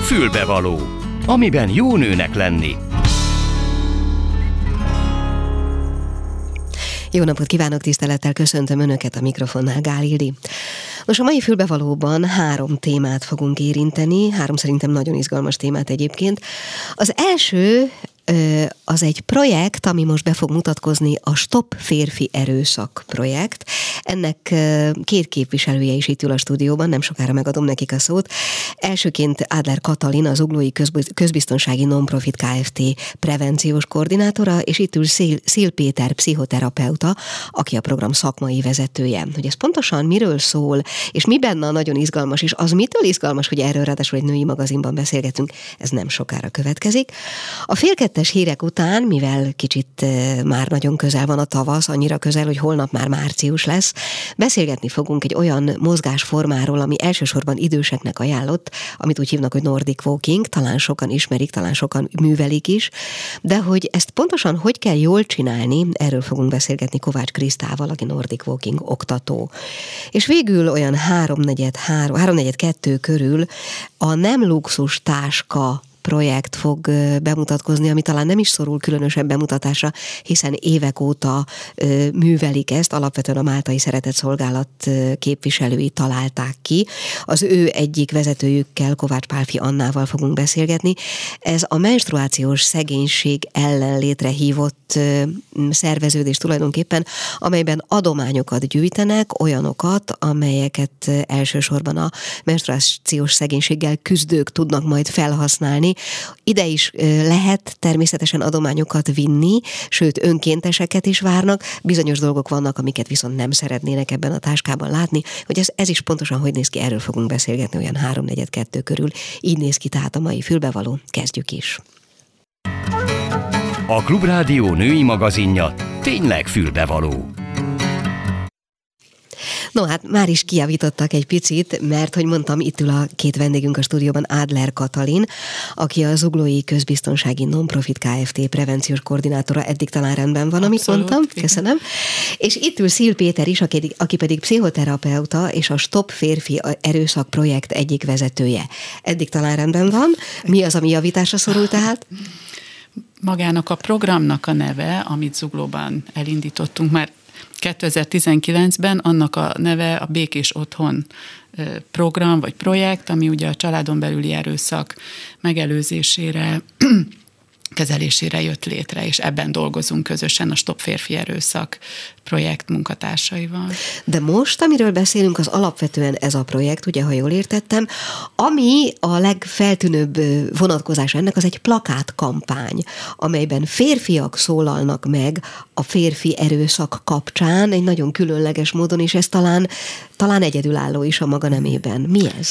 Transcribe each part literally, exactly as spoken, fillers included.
Fülbevaló, amiben jó nőnek lenni. Jó napot kívánok, tisztelettel köszöntöm Önöket, a mikrofonnál Gál Ildi. Nos, a mai Fülbevalóban három témát fogunk érinteni, három szerintem nagyon izgalmas témát egyébként. Az első az egy projekt, ami most be fog mutatkozni, a Stop Férfi Erőszak projekt. Ennek két képviselője is itt ül a stúdióban, nem sokára megadom nekik a szót. Elsőként Adler Katalin, az Zuglói Közbiztonsági Nonprofit Kft. Prevenciós koordinátora, és itt ül Szél, Szél Péter, pszichoterapeuta, aki a program szakmai vezetője. Hogy ez pontosan miről szól, és mi benne a nagyon izgalmas, és az mitől izgalmas, hogy erről ráadásul egy női magazinban beszélgetünk, ez nem sokára következik. A fél kettes hírek után, mivel kicsit már nagyon közel van a tavasz, annyira közel, hogy holnap már március lesz, beszélgetni fogunk egy olyan mozgásformáról, ami elsősorban időseknek ajánlott, amit úgy hívnak, hogy Nordic Walking, talán sokan ismerik, talán sokan művelik is, de hogy ezt pontosan hogy kell jól csinálni, erről fogunk beszélgetni Kovács Krisztával, aki Nordic Walking oktató. És végül olyan háromnegyed, három, háromnegyed kettő körül a nem luxus táska projekt fog bemutatkozni, ami talán nem is szorul különösebb bemutatásra, hiszen évek óta ö, művelik ezt, alapvetően a Máltai Szeretett Szolgálat képviselői találták ki. Az ő egyik vezetőjükkel, Kovács Pálfi Annával fogunk beszélgetni. Ez a menstruációs szegénység ellen létrehívott ö, szerveződés tulajdonképpen, amelyben adományokat gyűjtenek, olyanokat, amelyeket elsősorban a menstruációs szegénységgel küzdők tudnak majd felhasználni. Ide is lehet természetesen adományokat vinni, sőt önkénteseket is várnak, bizonyos dolgok vannak, amiket viszont nem szeretnének ebben a táskában látni, hogy ez, ez is pontosan hogy néz ki, erről fogunk beszélgetni olyan háromnegyed kettő körül. Így néz ki tehát a mai Fülbevaló, kezdjük is. A Klubrádió női magazinja tényleg fülbevaló. No, hát már is kijavítottak egy picit, mert, hogy mondtam, itt ül a két vendégünk a stúdióban, Adler Katalin, aki a Zuglói Közbiztonsági Nonprofit Kft. Prevenciós koordinátora, eddig talán rendben van, amit Abszolút, mondtam, igen. Köszönöm. És itt ül Szél Péter is, aki, aki pedig pszichoterapeuta, és a Stop Férfi Erőszak projekt egyik vezetője. Eddig talán rendben van. Mi az, ami javításra szorul tehát? Magának a programnak a neve, amit Zuglóban elindítottunk már kétezer-tizenkilencben, annak a neve a Békés Otthon program vagy projekt, ami ugye a családon belüli erőszak megelőzésére, kezelésére jött létre, és ebben dolgozunk közösen a Stop Férfi Erőszak projekt munkatársaival. De most, amiről beszélünk, az alapvetően ez a projekt, ugye, ha jól értettem, ami a legfeltűnőbb vonatkozása ennek, az egy plakátkampány, amelyben férfiak szólalnak meg a férfi erőszak kapcsán, egy nagyon különleges módon, és ez talán, talán egyedülálló is a maga nemében. Mi ez?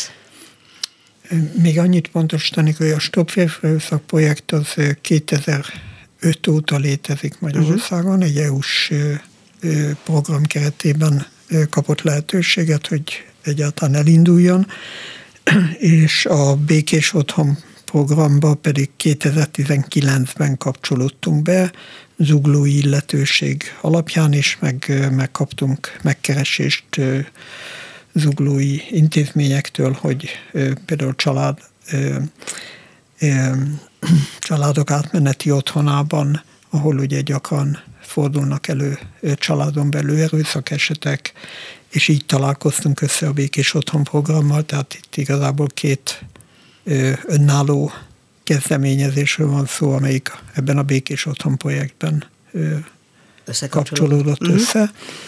Még annyit pontosítanék, hogy a Stop Férfi Erőszak projekt az kétezer-öt óta létezik Magyarországon, egy é u-s program keretében kapott lehetőséget, hogy egyáltalán elinduljon, és a Békés Otthon programba pedig kétezer-tizenkilencben kapcsolódtunk be, zuglói illetőség alapján, és meg, megkaptunk megkeresést zuglói intézményektől, hogy ö, például család, ö, ö, családok átmeneti otthonában, ahol ugye gyakran fordulnak elő ö, családon belül erőszak esetek, és így találkoztunk össze a Békés Otthon programmal, tehát itt igazából két ö, önálló kezdeményezésről van szó, amelyik ebben a Békés Otthon projektben ö, kapcsolódott uh-huh. össze.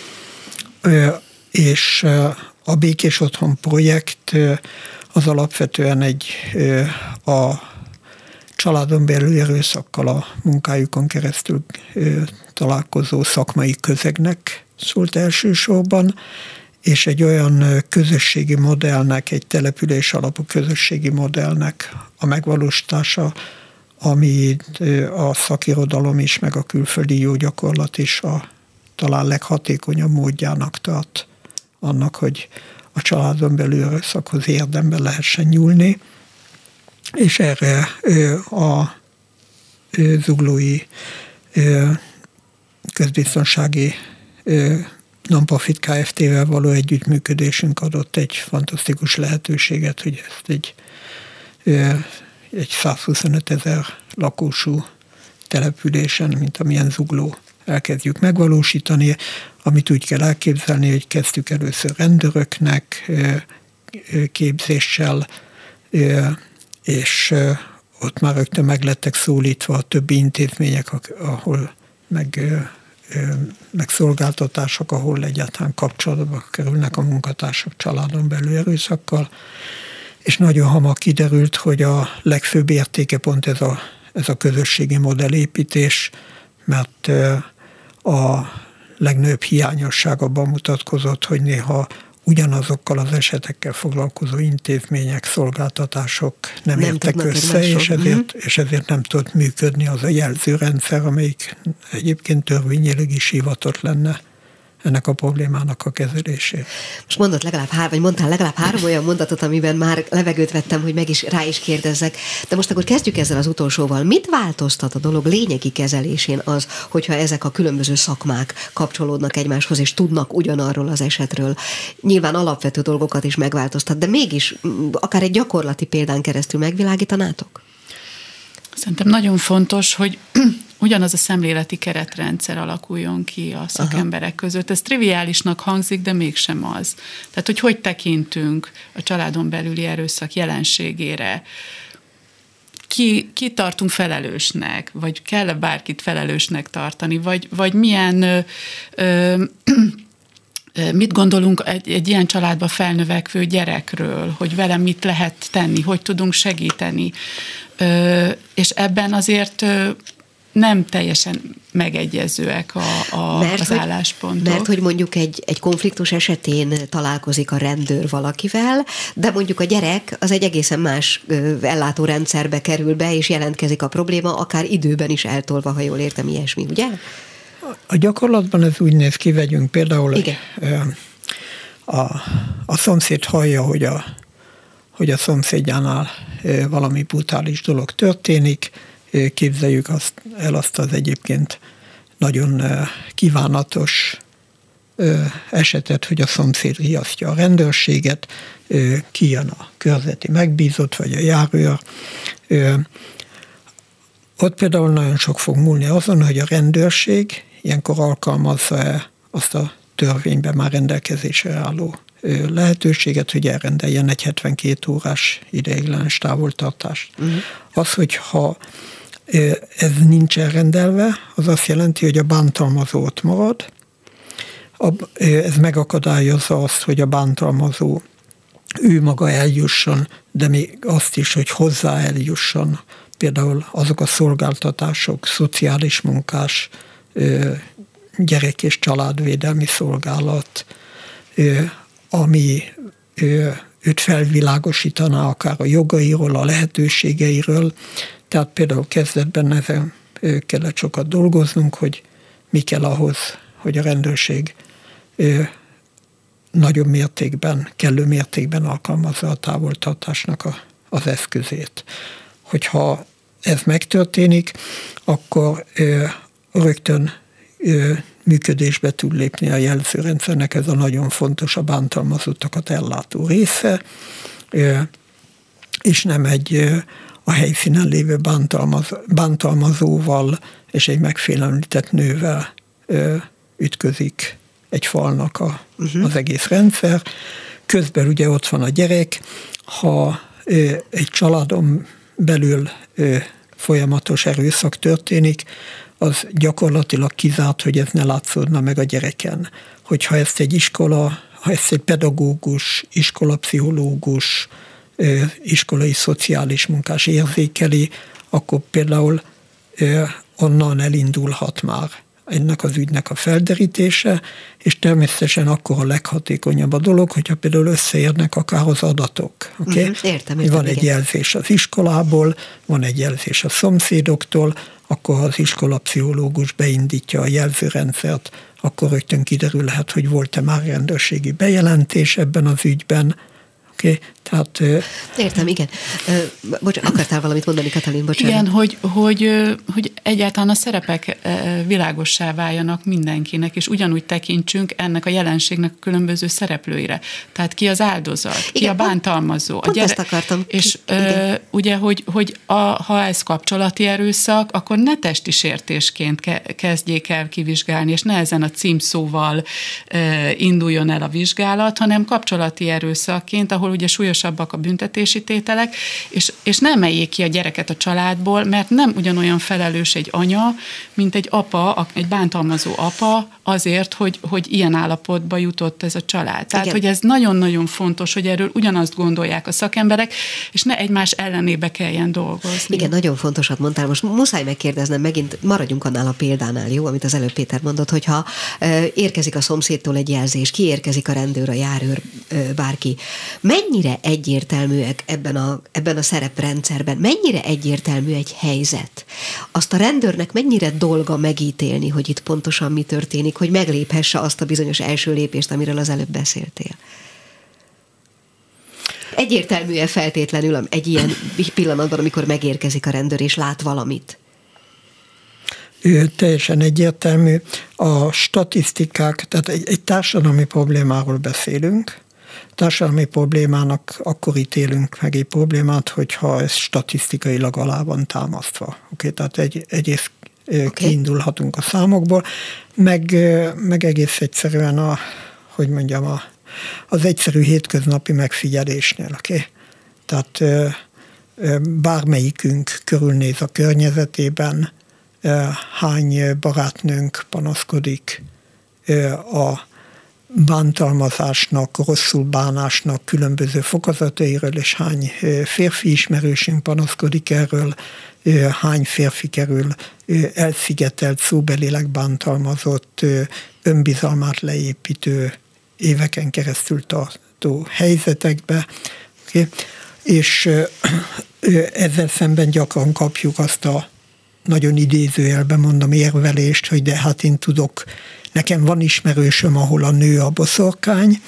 Ö, és ö, A Békés Otthon projekt az alapvetően egy a családon belül erőszakkal a munkájukon keresztül találkozó szakmai közegnek szólt elsősorban, és egy olyan közösségi modellnek, egy település alapú közösségi modellnek a megvalósítása, ami a szakirodalom is, meg a külföldi jó gyakorlat is a talán leghatékonyabb módjának tart annak, hogy a családon belül erőszakhoz érdemben lehessen nyúlni, és erre a zuglói közbiztonsági Nonprofit Kft-vel való együttműködésünk adott egy fantasztikus lehetőséget, hogy ezt egy egy százhuszonöt ezer lakósú településen, mint amilyen Zugló, elkezdjük megvalósítani, amit úgy kell elképzelni, hogy kezdtük először rendőröknek képzéssel, és ott már rögtön meg lettek szólítva a többi intézmények, ahol meg, meg szolgáltatások, ahol egyáltalán kapcsolatba kerülnek a munkatársak családon belül erőszakkal, és nagyon hamar kiderült, hogy a legfőbb értéke pont ez a, ez a közösségi modellépítés, mert a legnagyobb hiányosság abban mutatkozott, hogy néha ugyanazokkal az esetekkel foglalkozó intézmények, szolgáltatások nem, nem értek össze, és ezért, és ezért nem tudott működni az a jelzőrendszer, amelyik egyébként törvényileg is hivatott lenne ennek a problémának a kezelését. Most mondott legalább három, vagy mondtál legalább három olyan mondatot, amiben már levegőt vettem, hogy meg is rá is kérdezzek. De most akkor kezdjük ezzel az utolsóval. Mit változtat a dolog lényegi kezelésén az, hogyha ezek a különböző szakmák kapcsolódnak egymáshoz, és tudnak ugyanarról az esetről? Nyilván alapvető dolgokat is megváltoztat, de mégis akár egy gyakorlati példán keresztül megvilágítanátok? Szerintem nagyon fontos, hogy ugyanaz a szemléleti keretrendszer alakuljon ki a szakemberek Aha. között. Ez triviálisnak hangzik, de mégsem az. Tehát, hogy hogy tekintünk a családon belüli erőszak jelenségére, ki, ki tartunk felelősnek, vagy kell-e bárkit felelősnek tartani, vagy, vagy milyen... Ö, ö, mit gondolunk egy, egy ilyen családba felnövekvő gyerekről, hogy vele mit lehet tenni, hogy tudunk segíteni. Ö, és ebben azért ö, nem teljesen megegyezőek a, a, mert az hogy, álláspontok. Mert hogy mondjuk egy, egy konfliktus esetén találkozik a rendőr valakivel, de mondjuk a gyerek az egy egészen más ö, ellátórendszerbe kerül be, és jelentkezik a probléma, akár időben is eltolva, ha jól értem, ilyesmi, ugye? A gyakorlatban ez úgy néz ki, vegyünk például, hogy a, a szomszéd hallja, hogy a, hogy a szomszédjánál valami brutális dolog történik, képzeljük azt, el azt az egyébként nagyon kívánatos esetet, hogy a szomszéd riasztja a rendőrséget, kijön a körzeti megbízott, vagy a járőr. Ott például nagyon sok fog múlni azon, hogy a rendőrség ilyenkor alkalmazza azt a törvényben már rendelkezésre álló lehetőséget, hogy elrendeljen egy hetvenkét órás ideiglenes távoltartást. Uh-huh. Az, hogyha ez nincs elrendelve, az azt jelenti, hogy a bántalmazó ott marad. Ez megakadályozza azt, hogy a bántalmazó ő maga eljusson, de még azt is, hogy hozzá eljusson például azok a szolgáltatások, szociális munkás, gyerek- és családvédelmi szolgálat, ami őt felvilágosítaná akár a jogairól, a lehetőségeiről. Tehát például kezdetben ezen kellett sokat dolgoznunk, hogy mi kell ahhoz, hogy a rendőrség nagyobb mértékben, kellő mértékben alkalmazza a távoltartásnak a, az eszközét. Hogyha ez megtörténik, akkor ö, rögtön ö, működésbe tud lépni a jelzőrendszernek, ez a nagyon fontos a bántalmazottakat ellátó része, ö, és nem egy ö, a helyszínen lévő bántalmaz, bántalmazóval és egy megfélemlített nővel ö, ütközik egy falnak a, uh-huh. az egész rendszer. Közben ugye ott van a gyerek, ha ö, egy családon belül ö, folyamatos erőszak történik, az gyakorlatilag kizárt, hogy ez ne látszódna meg a gyereken. Hogyha ezt egy iskola, ha ezt egy pedagógus, iskolapszichológus, ö, iskolai szociális munkás érzékeli, akkor például ö, onnan elindulhat már ennek az ügynek a felderítése, és természetesen akkor a leghatékonyabb a dolog, hogyha például összeérnek akár az adatok. Okay? Uh-huh, értem, értem, van igen. egy jelzés az iskolából, van egy jelzés a szomszédoktól, akkor az iskolapszichológus beindítja a jelzőrendszert, akkor rögtön kiderülhet, hogy volt-e már rendőrségi bejelentés ebben az ügyben. Okay? Tehát, Értem, igen. Bocsánat, akartál valamit mondani, Katalin, bocsánat. Igen, hogy, hogy, hogy egyáltalán a szerepek világossá váljanak mindenkinek, és ugyanúgy tekintsünk ennek a jelenségnek a különböző szereplőire. Tehát ki az áldozat, igen, ki a bántalmazó. Pont, a gyere... ezt akartam. És ö, ugye, hogy, hogy a, ha ez kapcsolati erőszak, akkor ne testi sértésként ke- kezdjék el kivizsgálni, és ne ezen a címszóval ö, induljon el a vizsgálat, hanem kapcsolati erőszakként, ahol ugye súlyosabbak a büntetési tételek, és, és ne emeljék ki a gyereket a családból, mert nem ugyanolyan felelős egy anya, mint egy apa, egy bántalmazó apa azért, hogy, hogy ilyen állapotba jutott ez a család. Tehát, igen, hogy ez nagyon-nagyon fontos, hogy erről ugyanazt gondolják a szakemberek, és ne egymás ellenébe kelljen dolgozni. Igen, nagyon fontosat mondtál. Most muszáj megkérdeznem, megint maradjunk annál a példánál, jó, amit az előbb Péter mondott, hogyha érkezik a szomszédtól egy jelzés, kiérkezik a rendőr, a járőr, bárki. Mennyire egyértelműek ebben a, ebben a szereprendszerben, mennyire egyértelmű egy helyzet? Azt a rendőrnek mennyire dolga megítélni, hogy itt pontosan mi történik, hogy megléphesse azt a bizonyos első lépést, amiről az előbb beszéltél? Egyértelmű-e feltétlenül egy ilyen pillanatban, amikor megérkezik a rendőr és lát valamit? Ő teljesen egyértelmű. A statisztikák, tehát egy, egy társadalmi problémáról beszélünk. Társadalmi problémának akkor ítélünk meg egy problémát, hogyha ez statisztikailag alá van támasztva. Okay? Tehát egy, egyrészt okay. kiindulhatunk a számokból, meg, meg egész egyszerűen a, hogy mondjam, a, az egyszerű hétköznapi megfigyelésnél. Okay? Tehát bármelyikünk körülnéz a környezetében, hány barátnőnk panaszkodik a bántalmazásnak, rosszul bánásnak különböző fokozatairól, és hány férfi ismerősünk panaszkodik erről, hány férfi kerül elszigetelt, szóbelileg bántalmazott, önbizalmát leépítő, éveken keresztül tartó helyzetekbe. Okay? És ezzel szemben gyakran kapjuk azt a nagyon idézőjelben mondom érvelést, hogy de hát én tudok, nekem van ismerősöm, ahol a nő a boszorkány,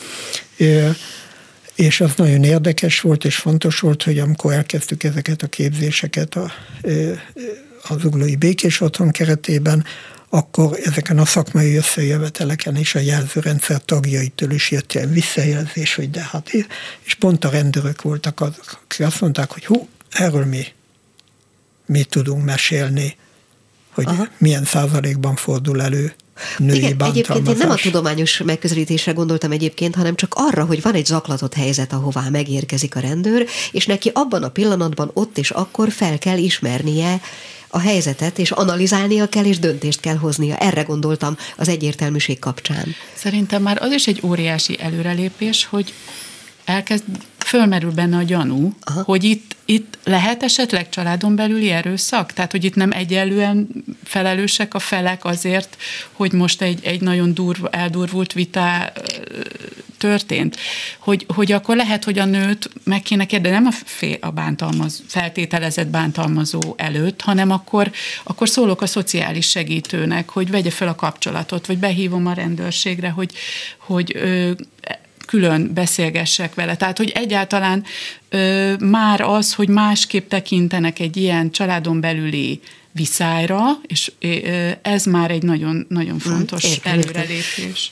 és az nagyon érdekes volt, és fontos volt, hogy amikor elkezdtük ezeket a képzéseket a, az Zuglói Békés Otthon keretében, akkor ezeken a szakmai összejöveteleken és a jelzőrendszer tagjaitől is jött ilyen visszajelzés, hogy de hát, és pont a rendőrök voltak azok, akik azt mondták, hogy hú, erről mi mi tudunk mesélni, hogy aha. milyen százalékban fordul elő női igen, bántalmazás. Egyébként én nem a tudományos megközelítésre gondoltam egyébként, hanem csak arra, hogy van egy zaklatott helyzet, ahová megérkezik a rendőr, és neki abban a pillanatban ott és akkor fel kell ismernie a helyzetet, és analizálnia kell, és döntést kell hoznia. Erre gondoltam az egyértelműség kapcsán. Szerintem már az is egy óriási előrelépés, hogy elkezd, fölmerül benne a gyanú, aha. hogy itt, itt lehet esetleg családon belüli erőszak? Tehát, hogy itt nem egyenlően felelősek a felek azért, hogy most egy, egy nagyon durva, eldurvult vita történt. Hogy, hogy akkor lehet, hogy a nőt meg kéne kérdezni, nem a, fél, a bántalmaz, feltételezett bántalmazó előtt, hanem akkor, akkor szólok a szociális segítőnek, hogy vegye fel a kapcsolatot, vagy behívom a rendőrségre, hogy, hogy ö, külön beszélgessek vele. Tehát, hogy egyáltalán ö, már az, hogy másképp tekintenek egy ilyen családon belüli viszályra, és ö, ez már egy nagyon, nagyon fontos hmm, előrelépés.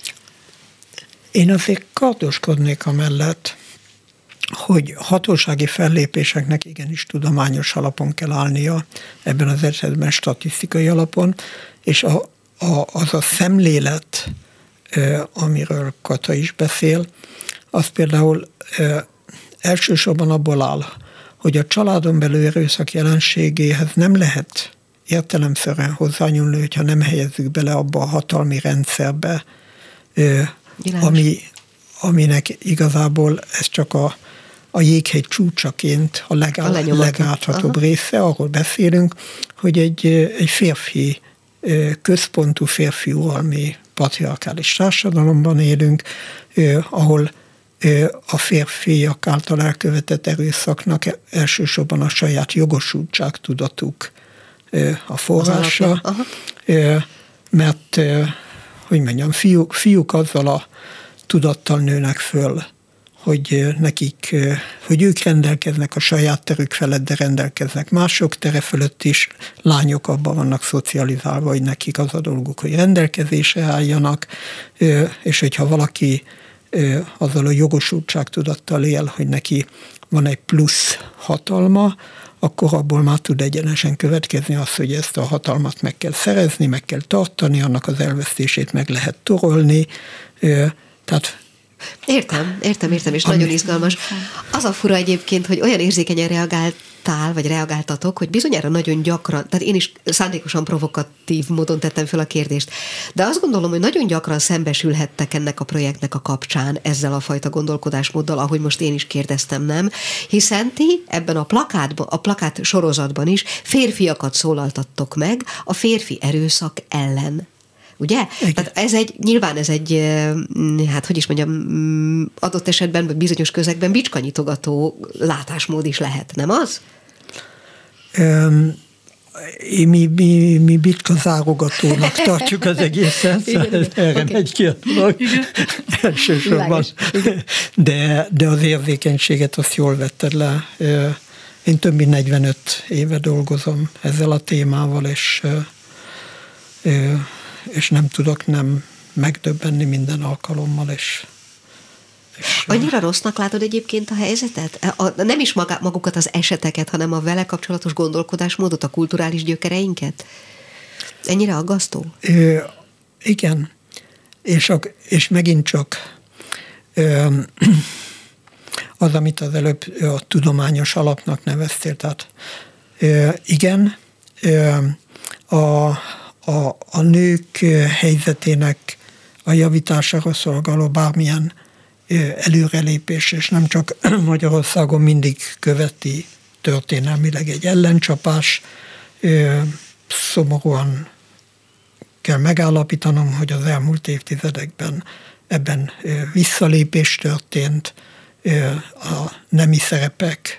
Én azért kardoskodnék amellett, hogy hatósági fellépéseknek igenis tudományos alapon kell állnia, ebben az esetben statisztikai alapon, és a, a, az a szemlélet, amiről Kata is beszél, az például elsősorban abból áll, hogy a családon belül erőszak jelenségéhez nem lehet értelemszerűen hozzányúlni, hogyha nem helyezzük bele abba a hatalmi rendszerbe, ami, aminek igazából ez csak a, a jéghegy csúcsaként a, legá, a legáthatóbb része, arról beszélünk, hogy egy, egy férfi, központú férfi uralmi patriarkális társadalomban élünk, eh, ahol eh, a férfiak által elkövetett erőszaknak elsősorban a saját jogosultság tudatuk eh, a forrása, eh, mert, eh, hogy mondjam, fiúk, fiúk azzal a tudattal nőnek föl, hogy nekik, hogy ők rendelkeznek a saját terük felett, de rendelkeznek mások tere fölött is. Lányok abban vannak szocializálva, hogy nekik az a dolguk, hogy rendelkezésre álljanak, és hogyha valaki azzal a jogosultságtudattal él, hogy neki van egy plusz hatalma, akkor abból már tud egyenesen következni az, hogy ezt a hatalmat meg kell szerezni, meg kell tartani, annak az elvesztését meg lehet torolni. Tehát Értem, értem, értem, és Ami... nagyon izgalmas. Az a fura egyébként, hogy olyan érzékenyen reagáltál, vagy reagáltatok, hogy bizonyára nagyon gyakran, tehát én is szándékosan provokatív módon tettem fel a kérdést, de azt gondolom, hogy nagyon gyakran szembesülhettek ennek a projektnek a kapcsán ezzel a fajta gondolkodásmóddal, ahogy most én is kérdeztem, nem? Hiszen ti ebben a plakátban, a plakát sorozatban is férfiakat szólaltattok meg a férfi erőszak ellen. Ugye? Igen. Tehát ez egy, nyilván ez egy, hát hogy is mondjam, adott esetben, vagy bizonyos közegben bicskanyitogató látásmód is lehet, nem az? Um, mi, mi, mi bicskazárogatónak tartjuk az egészet, igen, igen. Erre okay. megy ki a dolog elsősorban. De, de az érzékenységet azt jól vetted le. Én több mint negyvenöt éve dolgozom ezzel a témával, és és nem tudok nem megdöbbenni minden alkalommal, és, és annyira rossznak látod egyébként a helyzetet? A, nem is maga, magukat az eseteket, hanem a vele kapcsolatos gondolkodásmódot, a kulturális gyökereinket? Ennyire aggasztó? Ö, igen. És, a, és megint csak ö, az, amit az előbb a tudományos alapnak neveztél, tehát ö, igen, ö, a A, a nők helyzetének a javítására szolgáló bármilyen előrelépés, és nem csak Magyarországon mindig követi történelmileg egy ellencsapás. Szomorúan kell megállapítanom, hogy az elmúlt évtizedekben ebben visszalépés történt, a nemi szerepek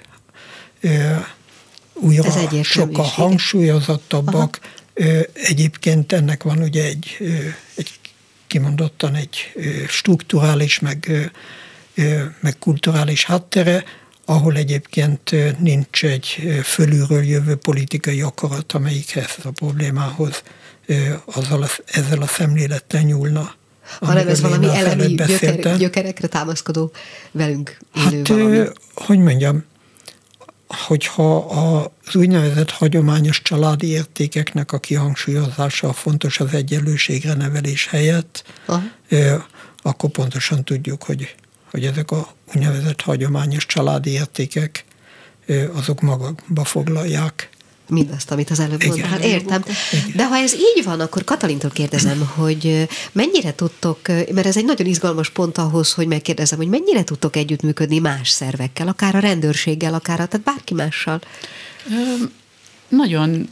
újra sokkal hangsúlyozottabbak. Aha. Egyébként ennek van ugye egy, egy kimondottan egy strukturális, meg, meg kulturális háttere, ahol egyébként nincs egy fölülről jövő politikai akarat, amelyik ehhez a problémához azzal a, ezzel a szemlélettel nyúlna. Hanem ez valami elemi gyöker, gyökerekre támaszkodó velünk élő hát, valami. Hogy mondjam, hogyha az úgynevezett hagyományos családi értékeknek a kihangsúlyozása fontos az egyenlőségre nevelés helyett, aha. akkor pontosan tudjuk, hogy, hogy ezek a úgynevezett hagyományos családi értékek azok magukba foglalják mindazt, amit az előbb mondtál. Hát értem. Igen. De ha ez így van, akkor Katalintól kérdezem, hogy mennyire tudtok, mert ez egy nagyon izgalmas pont ahhoz, hogy megkérdezem, hogy mennyire tudtok együttműködni más szervekkel, akár a rendőrséggel, akár a, tehát bárki mással? Ö, nagyon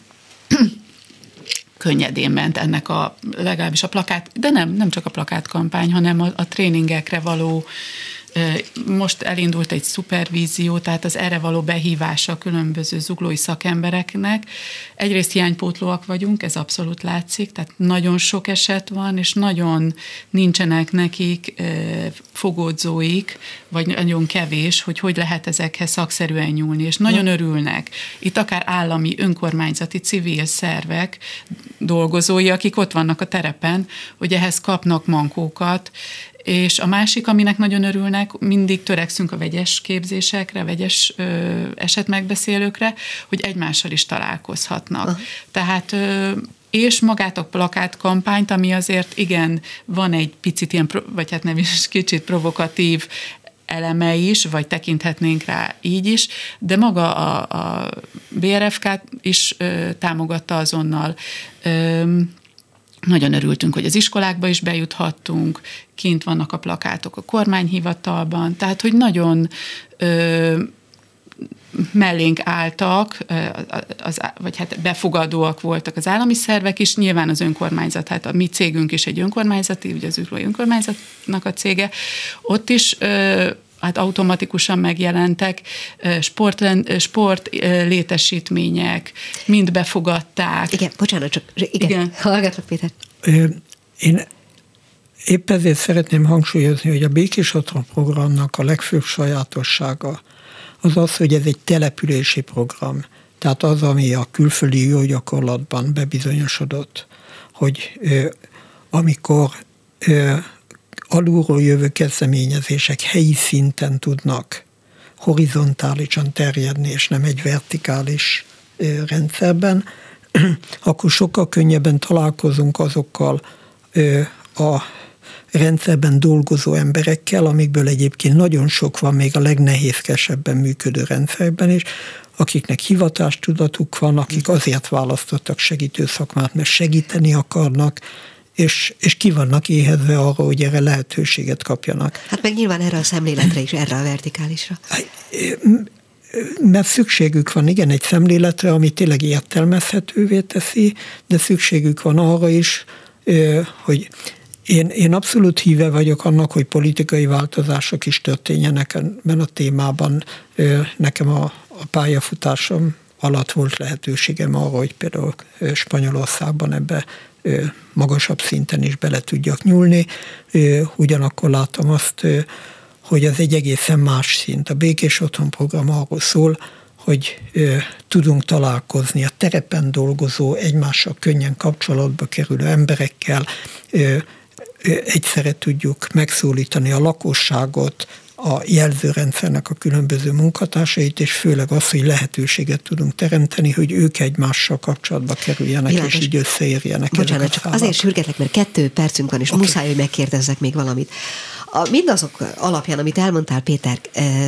könnyedén ment ennek a, legalábbis a plakát, de nem, nem csak a plakátkampány, hanem a, a tréningekre való. Most elindult egy szupervízió, tehát az erre való behívása a különböző zuglói szakembereknek. Egyrészt hiánypótlóak vagyunk, ez abszolút látszik, tehát nagyon sok eset van, és nagyon nincsenek nekik fogódzóik, vagy nagyon kevés, hogy hogy lehet ezekhez szakszerűen nyúlni, és nagyon örülnek. Itt akár állami, önkormányzati, civil szervek dolgozói, akik ott vannak a terepen, hogy ehhez kapnak mankókat. És a másik, aminek nagyon örülnek, mindig törekszünk a vegyes képzésekre, vegyes ö, esetmegbeszélőkre, hogy egymással is találkozhatnak. Aha. Tehát, ö, és magát a plakátkampányt, ami azért igen, van egy picit ilyen, vagy hát nem is kicsit provokatív eleme is, vagy tekinthetnénk rá így is, de maga a, a bé er ef ká is ö, támogatta azonnal. Ö, Nagyon örültünk, hogy az iskolákba is bejuthattunk, kint vannak a plakátok a kormányhivatalban, tehát, hogy nagyon ö, mellénk álltak, az, vagy hát befogadóak voltak az állami szervek is, nyilván az önkormányzat, hát a mi cégünk is egy önkormányzati, ugye az zuglói önkormányzatnak a cége, ott is ö, hát automatikusan megjelentek, sport, sport létesítmények, mind befogadták. Igen, bocsánat, csak igen, igen. Hallgatlak, Péter. Én, épp ezért szeretném hangsúlyozni, hogy a Békés Otthon programnak a legfőbb sajátossága az az, hogy ez egy települési program. Tehát az, ami a külföldi jó gyakorlatban bebizonyosodott, hogy ö, amikor ö, alulról jövő kezdeményezések helyi szinten tudnak horizontálisan terjedni, és nem egy vertikális ö, rendszerben, akkor sokkal könnyebben találkozunk azokkal ö, a rendszerben dolgozó emberekkel, amikből egyébként nagyon sok van még a legnehézkesebben működő rendszerben is, akiknek hivatástudatuk van, akik azért választottak segítő szakmát, mert segíteni akarnak, és, és ki vannak éhezve arra, hogy erre lehetőséget kapjanak. Hát meg nyilván erre a szemléletre is, erre a vertikálisra. Mert szükségük van, igen, egy szemléletre, ami tényleg értelmezhetővé teszi, de szükségük van arra is, hogy Én, én abszolút híve vagyok annak, hogy politikai változások is történjenek ebben a témában. Nekem a, a pályafutásom alatt volt lehetőségem arra, hogy például Spanyolországban ebbe magasabb szinten is bele tudjak nyúlni. Ugyanakkor látom azt, hogy ez egy egészen más szint. A Békés Otthon program arról szól, hogy ö, tudunk találkozni a terepen dolgozó, egymással könnyen kapcsolatba kerülő emberekkel, ö, ö, egyszerre tudjuk megszólítani a lakosságot, a jelzőrendszernek a különböző munkatársait, és főleg az, hogy lehetőséget tudunk teremteni, hogy ők egymással kapcsolatba kerüljenek, Világos. És így összeérjenek. Bocsánat, csak azért sürgetlek, mert kettő percünk van, és okay. muszáj, hogy megkérdezzek még valamit. A, mindazok alapján, amit elmondtál, Péter,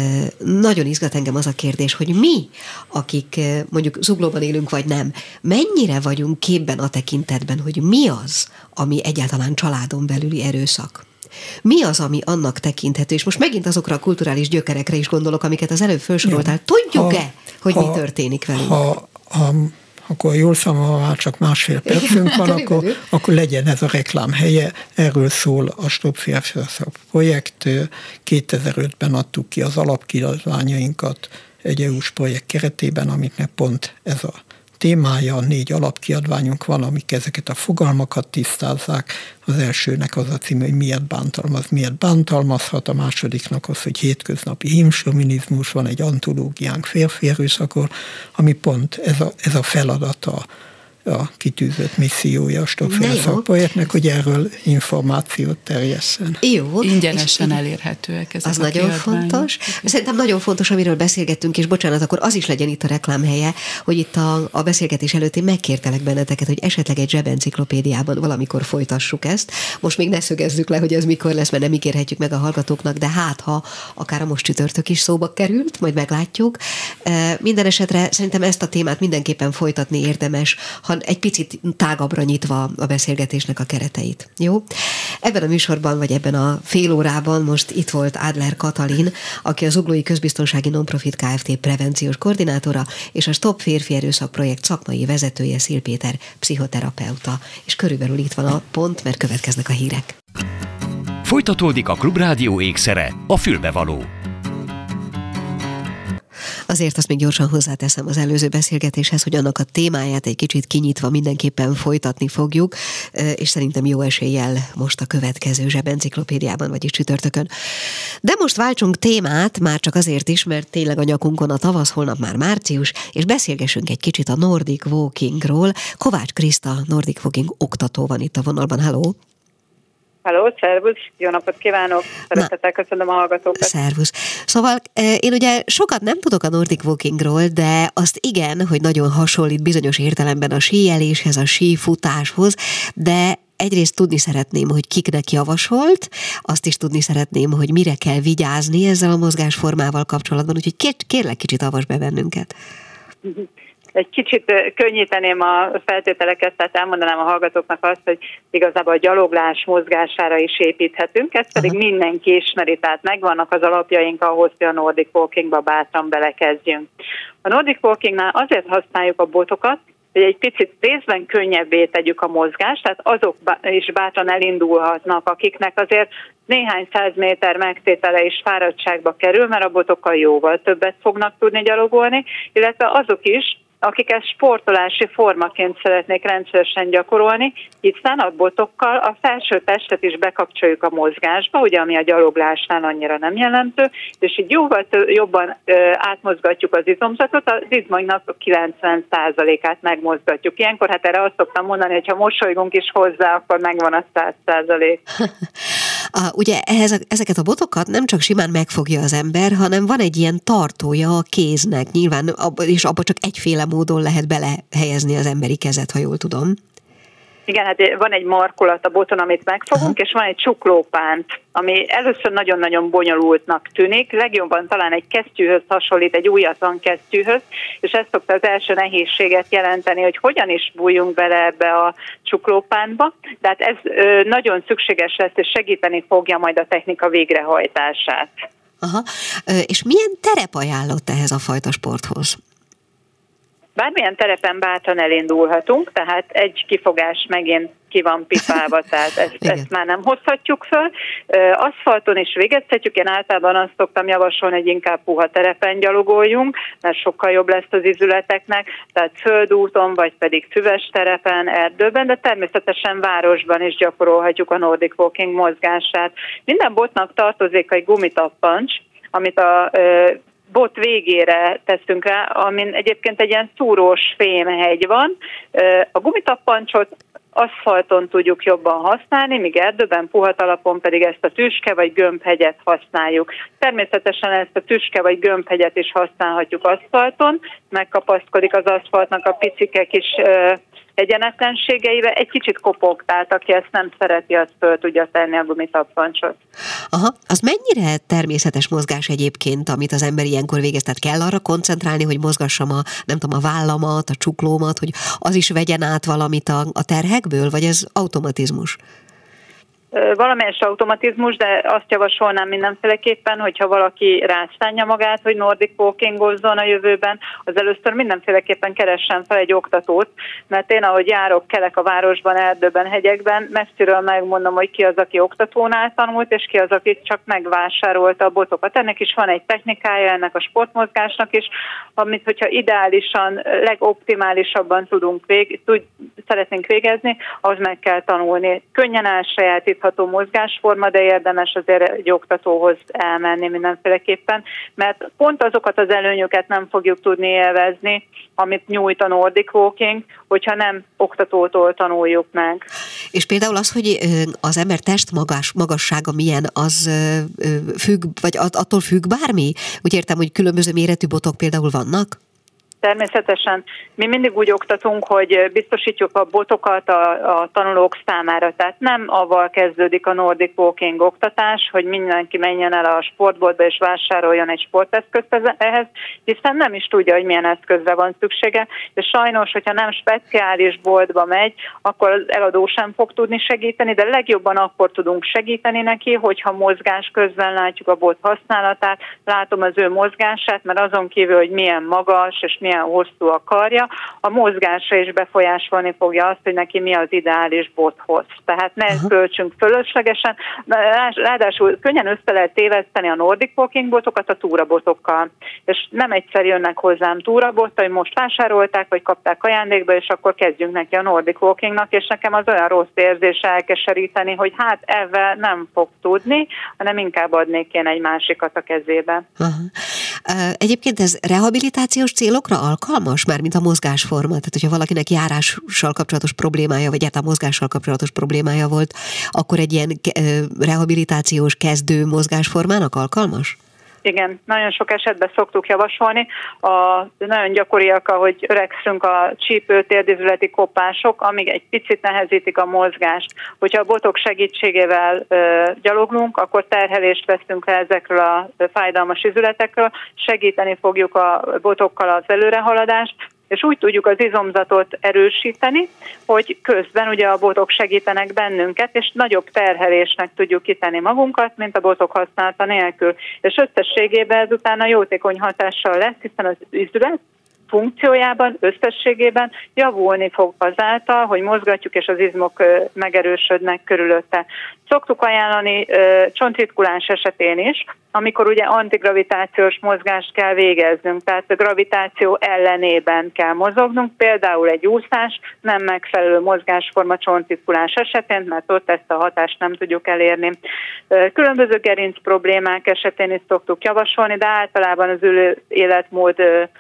nagyon izgat engem az a kérdés, hogy mi, akik mondjuk Zuglóban élünk, vagy nem, mennyire vagyunk képben a tekintetben, hogy mi az, ami egyáltalán családon belüli erőszak? Mi az, ami annak tekinthető? És most megint azokra a kulturális gyökerekre is gondolok, amiket az előbb felsoroltál. Tudjuk-e, ha, hogy ha, mi történik velünk? Ha, ha, akkor jól számolva már csak másfél percünk van, akkor, akkor legyen ez a reklám helye. Erről szól a Stop Férfiaszak projekt. kétezer-ötben adtuk ki az alapkiadványainkat egy é u-s projekt keretében, amiknek pont ez a témája, négy alapkiadványunk van, amik ezeket a fogalmakat tisztázzák. Az elsőnek az a cím, hogy miért bántalmaz, miért bántalmazhat, a másodiknak az, hogy hétköznapi hímsovinizmus, van egy antológiánk férfi erőszakról, ami pont ez a, ez a feladata, a kitűzött missziója a Stop Férfiaszak projektnek, hogy erről információt terjesszen. Jó. Ingyenesen elérhetőek ezek az a nagyon kiadványok. fontos. Szerintem nagyon fontos, amiről beszélgettünk, és bocsánat, akkor az is legyen itt a reklámhelye, hogy itt a, a beszélgetés előtt én megkértelek benneteket, hogy esetleg egy zsebenciklopédiában valamikor folytassuk ezt. Most még ne szögezzük le, hogy ez mikor lesz, mert nem ígérhetjük meg a hallgatóknak, de hát, ha akár a most csütörtök is szóba került, majd meglátjuk. Minden esetre szerintem ezt a témát mindenképpen folytatni érdemes, ha egy picit tágabbra nyitva a beszélgetésnek a kereteit. Jó? Ebben a műsorban, vagy ebben a fél órában most itt volt Adler Katalin, aki a Zuglói Közbiztonsági Nonprofit Kft. Prevenciós koordinátora, és a Stop Férfi Erőszak projekt szakmai vezetője, Szil Péter, pszichoterapeuta. És körülbelül itt van a pont, mert következnek a hírek. Folytatódik a Klubrádió ékszere, a fülbevaló. Azért azt még gyorsan hozzáteszem az előző beszélgetéshez, hogy annak a témáját egy kicsit kinyitva mindenképpen folytatni fogjuk, és szerintem jó eséllyel most a következő zsebenciklopédiában, vagyis csütörtökön. De most váltsunk témát, már csak azért is, mert tényleg a nyakunkon a tavasz, holnap már március, és beszélgessünk egy kicsit a Nordic Walkingról. Kovács Kriszta, Nordic Walking oktató van itt a vonalban. Halló! Halló, szervusz, jó napot kívánok, szeretettel köszönöm a hallgatókat. Szervusz. Szóval én ugye sokat nem tudok a Nordic Walkingról, de azt igen, hogy nagyon hasonlít bizonyos értelemben a síeléshez, a sífutáshoz, de egyrészt tudni szeretném, hogy kiknek javasolt, azt is tudni szeretném, hogy mire kell vigyázni ezzel a mozgásformával kapcsolatban, úgyhogy kérlek kicsit avasd be bennünket. Egy kicsit könnyíteném a feltételeket, tehát elmondanám a hallgatóknak azt, hogy igazából a gyaloglás mozgására is építhetünk, ezt pedig Aha. mindenki ismeri, tehát megvannak az alapjaink ahhoz, hogy a Nordic Walkingba bátran belekezdjünk. A Nordic Walkingnál azért használjuk a botokat, hogy egy picit részben könnyebbé tegyük a mozgást, tehát azok is bátran elindulhatnak, akiknek azért néhány száz méter megtétele is fáradtságba kerül, mert a botokkal jóval többet fognak tudni gyalogolni, illetve azok is, akik ezt sportolási formaként szeretnék rendszeresen gyakorolni, hiszen a botokkal a felső testet is bekapcsoljuk a mozgásba, ugye ami a gyaloglásnál annyira nem jelentő, és így jóval jobban átmozgatjuk az izomzatot, az izmainknak a kilencven százalékát megmozgatjuk. Ilyenkor hát erre azt szoktam mondani, hogy ha mosolygunk is hozzá, akkor megvan a száz százalék. Ugye ehhez, ezeket a botokat nem csak simán megfogja az ember, hanem van egy ilyen tartója a kéznek, nyilván, és abba csak egyféle módon lehet belehelyezni az emberi kezet, ha jól tudom. Igen, hát van egy markolat a boton, amit megfogunk, Aha. és van egy csuklópánt, ami először nagyon-nagyon bonyolultnak tűnik, legjobban talán egy kesztyűhöz hasonlít, egy újatlan kesztyűhöz, és ez szokta az első nehézséget jelenteni, hogy hogyan is bújjunk bele ebbe a csuklópántba, de hát ez nagyon szükséges lesz, és segíteni fogja majd a technika végrehajtását. Aha. És milyen terep ajánlott ehhez a fajta sporthoz? Bármilyen terepen bátran elindulhatunk, tehát egy kifogás megint ki van pipálva, tehát ezt, ezt már nem hozhatjuk föl. Aszfalton is végezhetjük, én általában azt szoktam javasolni, hogy inkább puha terepen gyalogoljunk, mert sokkal jobb lesz az izületeknek, tehát földúton, vagy pedig füves terepen, erdőben, de természetesen városban is gyakorolhatjuk a Nordic Walking mozgását. Minden botnak tartozik egy gumitappancs, amit a bot végére teszünk rá, amin egyébként egy ilyen szúrós fémhegy van. A gumitappancsot aszfalton tudjuk jobban használni, míg erdőben, puha talapon pedig ezt a tüske vagy gömbhegyet használjuk. Természetesen ezt a tüske vagy gömbhegyet is használhatjuk aszfalton, megkapaszkodik az aszfaltnak a picike kis egyenetlenségeivel, egy kicsit kopog, tehát aki ezt nem szereti, azt föl tudja tenni a gumitappancsot. Aha, az mennyire természetes mozgás egyébként, amit az ember ilyenkor végez? Tehát kell arra koncentrálni, hogy mozgassam a, nem tudom, a vállamat, a csuklómat, hogy az is vegyen át valamit a, a terhekből, vagy ez automatizmus? Valamelyes automatizmus, de azt javasolnám mindenféleképpen, hogyha valaki rászánja magát, hogy Nordic Walkingozzon a jövőben, az először mindenféleképpen keressen fel egy oktatót, mert én, ahogy járok, kelek a városban, erdőben, hegyekben, messziről megmondom, hogy ki az, aki oktatónál tanult, és ki az, aki csak megvásárolta a botokat. Ennek is van egy technikája, ennek a sportmozgásnak is, amit, hogyha ideálisan, legoptimálisabban tudunk vég, tud, szeretnénk végezni, ahhoz meg kell tanulni. Könnyen elsajátítható mozgásforma, de érdemes azért egy oktatóhoz elmenni mindenféleképpen, mert pont azokat az előnyöket nem fogjuk tudni élvezni, amit nyújt a Nordic Walking, hogyha nem oktatótól tanuljuk meg. És például az, hogy az ember test magas, magassága milyen, az függ, vagy attól függ bármi? Úgy értem, hogy különböző méretű botok például vannak? Természetesen mi mindig úgy oktatunk, hogy biztosítjuk a botokat a, a tanulók számára. Tehát nem avval kezdődik a Nordic Walking oktatás, hogy mindenki menjen el a sportboltba és vásároljon egy sporteszközt ehhez, hiszen nem is tudja, hogy milyen eszközre van szüksége, és sajnos, hogyha nem speciális boltba megy, akkor az eladó sem fog tudni segíteni, de legjobban akkor tudunk segíteni neki, hogyha mozgás közben látjuk a bolt használatát, látom az ő mozgását, mert azon kívül, hogy milyen magas és milyen hosszú a karja, a mozgásra is befolyásolni fogja azt, hogy neki mi az ideális bothoz. Tehát ne uh-huh. költsünk fölöslegesen. Ráadásul könnyen össze lehet téveszteni a Nordic Walking botokat a túrabotokkal. És nem egyszer jönnek hozzám túrabottal, hogy most vásárolták, vagy kapták ajándékba, és akkor kezdjünk neki a Nordic Walkingnak, és nekem az olyan rossz érzés elkeseríteni, hogy hát ebben nem fog tudni, hanem inkább adnék én egy másikat a kezébe. Uh-huh. Egyébként ez rehabilitációs célokra alkalmas, már mint a mozgásforma? Tehát, hogyha valakinek járással kapcsolatos problémája, vagy a mozgással kapcsolatos problémája volt, akkor egy ilyen rehabilitációs kezdő mozgásformának alkalmas? Igen, nagyon sok esetben szoktuk javasolni. A, nagyon gyakoriak, ahogy öregszünk a csípő térdizületi kopások, amíg egy picit nehezítik a mozgást. Hogyha a botok segítségével ö, gyaloglunk, akkor terhelést veszünk le ezekről a fájdalmas izületekről, segíteni fogjuk a botokkal az előrehaladást, és úgy tudjuk az izomzatot erősíteni, hogy közben ugye a botok segítenek bennünket, és nagyobb terhelésnek tudjuk kitenni magunkat, mint a botok használata nélkül. És összességében ez utána jótékony hatással lesz, hiszen az izület funkciójában, összességében javulni fog azáltal, hogy mozgatjuk, és az izmok megerősödnek körülötte. Szoktuk ajánlani csontritkulás esetén is, amikor ugye antigravitációs mozgást kell végeznünk, tehát a gravitáció ellenében kell mozognunk, például egy úszás nem megfelelő mozgásforma csontritkulás esetén, mert ott ezt a hatást nem tudjuk elérni. Különböző gerinc problémák esetén is szoktuk javasolni, de általában az ülő életmód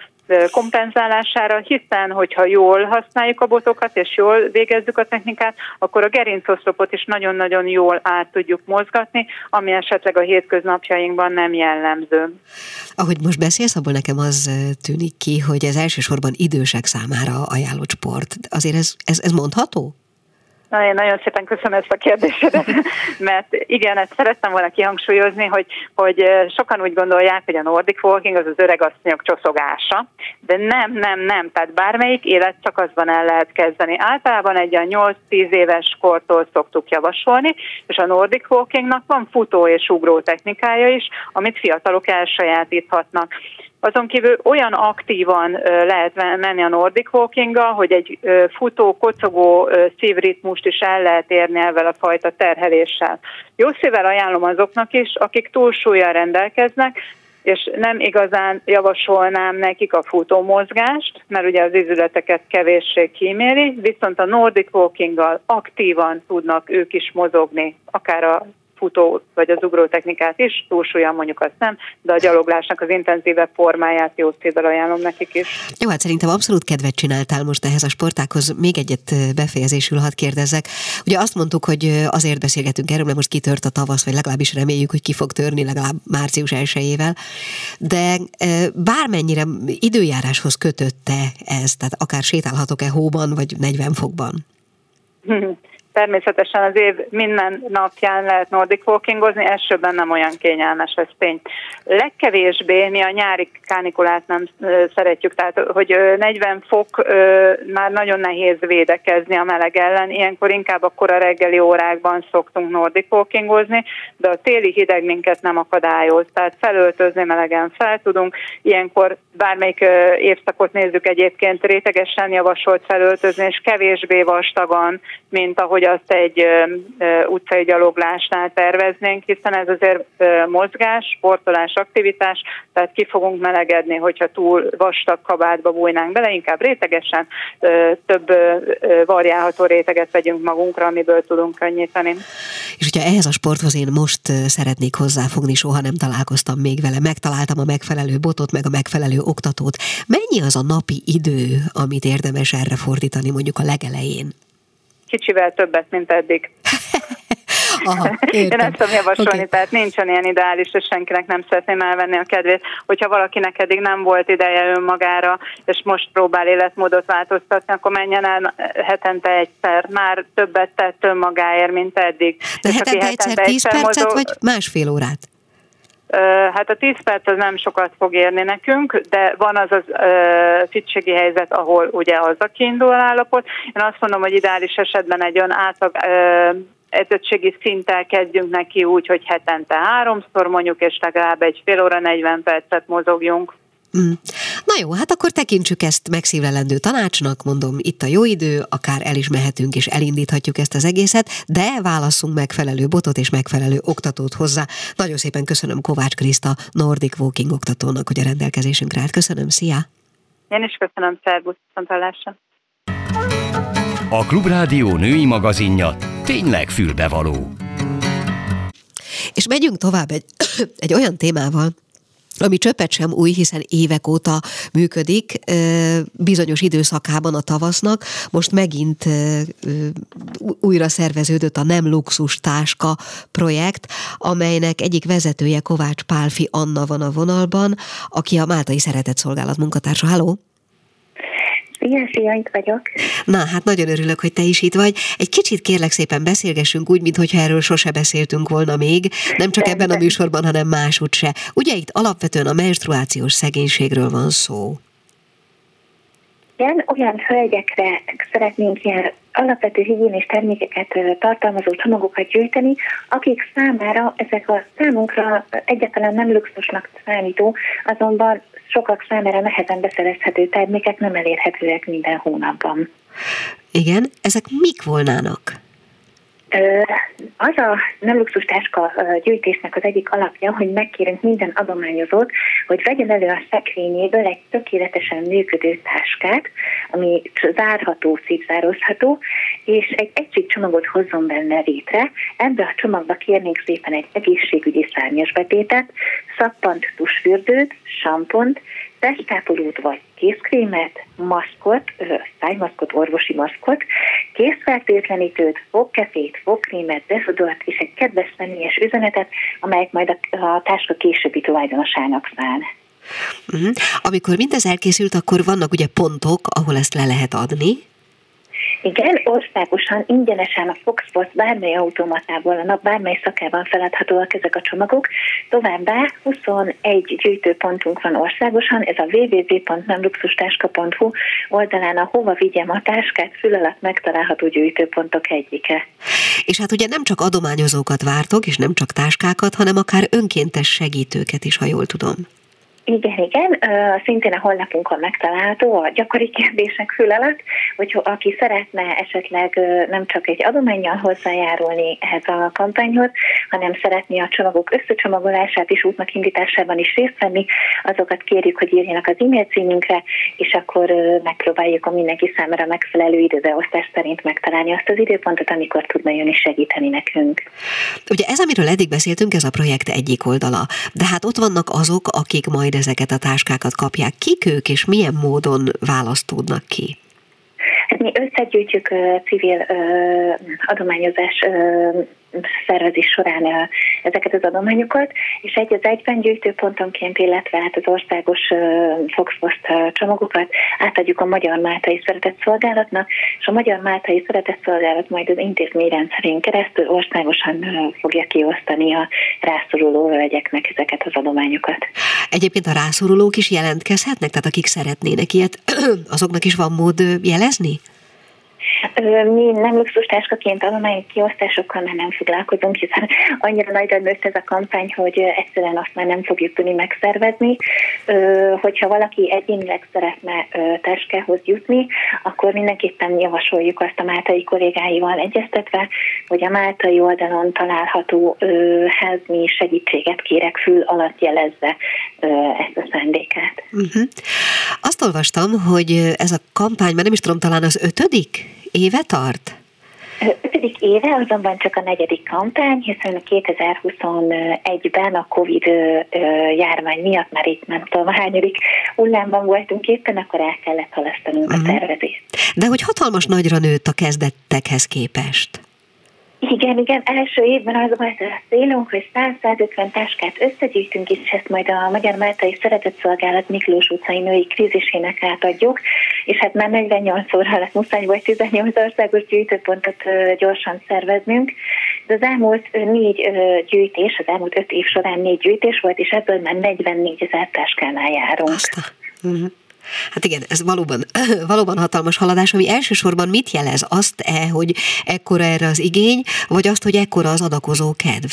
kompenzálására, hiszen hogyha jól használjuk a botokat és jól végezzük a technikát, akkor a gerincoszlopot is nagyon-nagyon jól át tudjuk mozgatni, ami esetleg a hétköznapjainkban nem jellemző. Ahogy most beszélsz, abból nekem az tűnik ki, hogy ez elsősorban idősek számára ajánlott sport. Azért ez, ez, ez mondható? Na, én nagyon szépen köszönöm ezt a kérdésedet, mert igen, ezt szerettem volna kihangsúlyozni, hogy, hogy sokan úgy gondolják, hogy a Nordic Walking az az öregasszonyok csoszogása, de nem, nem, nem, tehát bármelyik életszakaszban el lehet kezdeni. Általában egy a nyolc-tíz éves kortól szoktuk javasolni, és a Nordic Walkingnak van futó és ugró technikája is, amit fiatalok elsajátíthatnak. Azon kívül olyan aktívan lehet menni a Nordic Walkinggal, hogy egy futó, kocogó szívritmust is el lehet érni ezzel a fajta terheléssel. Jó szívvel ajánlom azoknak is, akik túlsúllyal rendelkeznek, és nem igazán javasolnám nekik a futómozgást, mert ugye az izületeket kevéssé kíméli, viszont a Nordic Walkinggal aktívan tudnak ők is mozogni, akár a futó vagy az ugró technikát is, túlsúlyan mondjuk azt nem, de a gyaloglásnak az intenzívebb formáját jó szívvel ajánlom nekik is. Jó, hát szerintem abszolút kedvet csináltál most ehhez a sportákhoz. Még egyet befejezésül hadd kérdezzek. Ugye azt mondtuk, hogy azért beszélgetünk erről, mert most kitört a tavasz, vagy legalábbis reméljük, hogy ki fog törni legalább március elsejével, de bármennyire időjáráshoz kötötte ez, tehát akár sétálhatok-e hóban, vagy negyven fokban? Természetesen az év minden napján lehet Nordic Walkingozni, elsőben nem olyan kényelmes, ez tény. Legkevésbé mi a nyári kánikulát nem szeretjük, tehát hogy negyven fok már nagyon nehéz védekezni a meleg ellen, ilyenkor inkább a kora reggeli órákban szoktunk Nordic Walkingozni, de a téli hideg minket nem akadályoz, tehát felöltözni melegen fel tudunk, ilyenkor bármelyik évszakot nézzük egyébként rétegesen javasolt felöltözni, és kevésbé vastagan, mint ahogy azt egy utcai gyaloglásnál terveznénk, hiszen ez azért mozgás, sportolás, aktivitás, tehát ki fogunk melegedni, hogyha túl vastag kabátba bújnánk bele, inkább rétegesen több variálható réteget vegyünk magunkra, amiből tudunk könnyíteni. És hogyha ehhez a sporthoz én most szeretnék hozzáfogni, soha nem találkoztam még vele, megtaláltam a megfelelő botot, meg a megfelelő oktatót. Mennyi az a napi idő, amit érdemes erre fordítani mondjuk a legelején? Kicsivel többet, mint eddig. Aha, én ezt tudom javasolni, okay. Tehát nincsen ilyen ideális, és senkinek nem szeretném elvenni a kedvét. Hogyha valakinek eddig nem volt ideje önmagára, és most próbál életmódot változtatni, akkor menjen el hetente egyszer. Már többet tett önmagáért, mint eddig. De és hetente egyszer tíz percet, mozog... vagy másfél órát? Hát a tíz perc az nem sokat fog érni nekünk, de van az az uh, fittségi helyzet, ahol ugye az a kiinduló állapot. Én azt mondom, hogy ideális esetben egy olyan átlag uh, edzettségi szinttel kezdjünk neki úgy, hogy hetente háromszor mondjuk, és legalább egy fél óra, negyven percet mozogjunk. Mm. Na jó, hát akkor tekintsük ezt megszívlelendő tanácsnak, mondom, itt a jó idő, akár el is mehetünk és elindíthatjuk ezt az egészet, de válasszunk megfelelő botot és megfelelő oktatót hozzá. Nagyon szépen köszönöm Kovács Kriszta, Nordic Walking oktatónak, hogy a rendelkezésünkre állt. Köszönöm, szia! Én is köszönöm, szervusz, viszonthallásra! A Klubrádió női magazinja tényleg fülbevaló. És megyünk tovább egy, egy olyan témával, ami csöppet sem új, hiszen évek óta működik, bizonyos időszakában a tavasznak. Most megint újra szerveződött a Nem Luxus Táska projekt, amelynek egyik vezetője Kovács Pálfi Anna van a vonalban, aki a Máltai Szeretetszolgálat munkatársa. Halló! Szia, szia, itt vagyok. Na, hát nagyon örülök, hogy te is itt vagy. Egy kicsit kérlek szépen beszélgessünk úgy, mintha erről sose beszéltünk volna még, nem csak ebben a műsorban, hanem máshogy se. Ugye itt alapvetően a menstruációs szegénységről van szó. Igen, olyan hölgyekre szeretnénk ilyen alapvető higiénés termékeket tartalmazó csomagokat gyűjteni, akik számára ezek a számunkra egyáltalán nem luxusnak számító, azonban sokak számára nehezen beszerezhető termékek nem elérhetőek minden hónapban. Igen, ezek mik volnának? Az a nem luxus táska gyűjtésnek az egyik alapja, hogy megkérünk minden adományozót, hogy vegyen elő a szekrényéből egy tökéletesen működő táskát, ami zárható, szívzározható, és egy egységcsomagot hozzon benne létre. Ebbe a csomagba kérnénk szépen egy egészségügyi szárnyasbetétet, szappant, tusfürdőt, sampont, testápolót vagy kézkrémet, maszkot, szájmaszkot, orvosi maszkot, kézfertőtlenítőt, fogkefét, fogkrémet, dezodort és egy kedves személyes üzenetet, amelyet majd a, a táska későbbi tulajdonosának szán. Uh-huh. Amikor mindez elkészült, akkor vannak ugye pontok, ahol ezt le lehet adni? Igen, országosan, ingyenesen a Foxpost bármely automatából, a nap bármely szakában feladhatóak ezek a csomagok. Továbbá huszonegy gyűjtőpontunk van országosan, ez a double-u double-u double-u pont nem luxustáska pont hu oldalán a Hova vigyem a táskát fül alatt megtalálható gyűjtőpontok egyike. És hát ugye nem csak adományozókat vártok, és nem csak táskákat, hanem akár önkéntes segítőket is, ha jól tudom. Igen, igen, szintén a honlapunkon megtalálható a gyakori kérdések fül alatt, hogy aki szeretne esetleg nem csak egy adománnyal hozzájárulni ehhez a kampányhoz, hanem szeretné a csomagok összecsomagolását és útnak indításában is részt venni, azokat kérjük, hogy írjanak az e-mail címünkre, és akkor megpróbáljuk a mindenki számára megfelelő időbeosztás szerint megtalálni azt az időpontot, amikor tudna jönni segíteni nekünk. Ugye ez, amiről eddig beszéltünk, ez a projekt egyik oldala, de hát ott vannak azok, akik majd ezeket a táskákat kapják. Kik ők, és milyen módon választódnak ki? Hát mi összegyűjtjük uh, civil uh, adományozás uh, szervezés során uh, ezeket az adományokat, és egy az egyben gyűjtőpontonként, illetve hát az országos uh, Foxpost uh, csomagokat átadjuk a Magyar Máltai Szeretett Szolgálatnak, és a Magyar Máltai Szeretett Szolgálat majd az intézményrendszerén keresztül országosan uh, fogja kiosztani a rászoruló hölgyeknek ezeket az adományokat. Egyébként a rászorulók is jelentkezhetnek? Tehát akik szeretnének ilyet, azoknak is van mód jelezni? Mi nem luxustáskaként adományi kiosztásokkal már nem foglalkozunk, hiszen annyira nagyra nőtt ez a kampány, hogy egyszerűen azt már nem fogjuk tudni megszervezni. Hogyha valaki egyénileg szeretne táskához jutni, akkor mindenképpen javasoljuk azt a máltai kollégáival egyeztetve, hogy a máltai oldalon található helpme segítséget kérek fül alatt jelezze ezt a szándékát. Uh-huh. Azt olvastam, hogy ez a kampány, már nem is tudom, talán az ötödik éve tart? Ötödik éve, azonban csak a negyedik kampány, hiszen kétezer-huszonegyben a Covid járvány miatt már itt nem tudom, hányadik hullámban voltunk éppen, akkor el kellett halasztanunk uh-huh. a tervezést. De hogy hatalmas nagyra nőtt a kezdettekhez képest? Igen, igen, első évben az volt a célunk, hogy száz-százötven táskát összegyűjtünk, és ezt majd a Magyar Máltai Szeretett Szolgálat Miklós utcai női krízisének átadjuk, és hát már negyvennyolc óra alatt muszáj volt tizennyolc országos gyűjtőpontot gyorsan szerveznünk, de az elmúlt négy gyűjtés, az elmúlt öt év során négy gyűjtés volt, és ebből már negyvennégyezer táskánál járunk. Uh-huh. Hát igen, ez valóban, valóban hatalmas haladás, ami elsősorban mit jelez? Azt-e, hogy ekkora erre az igény, vagy azt, hogy ekkora az adakozó kedv?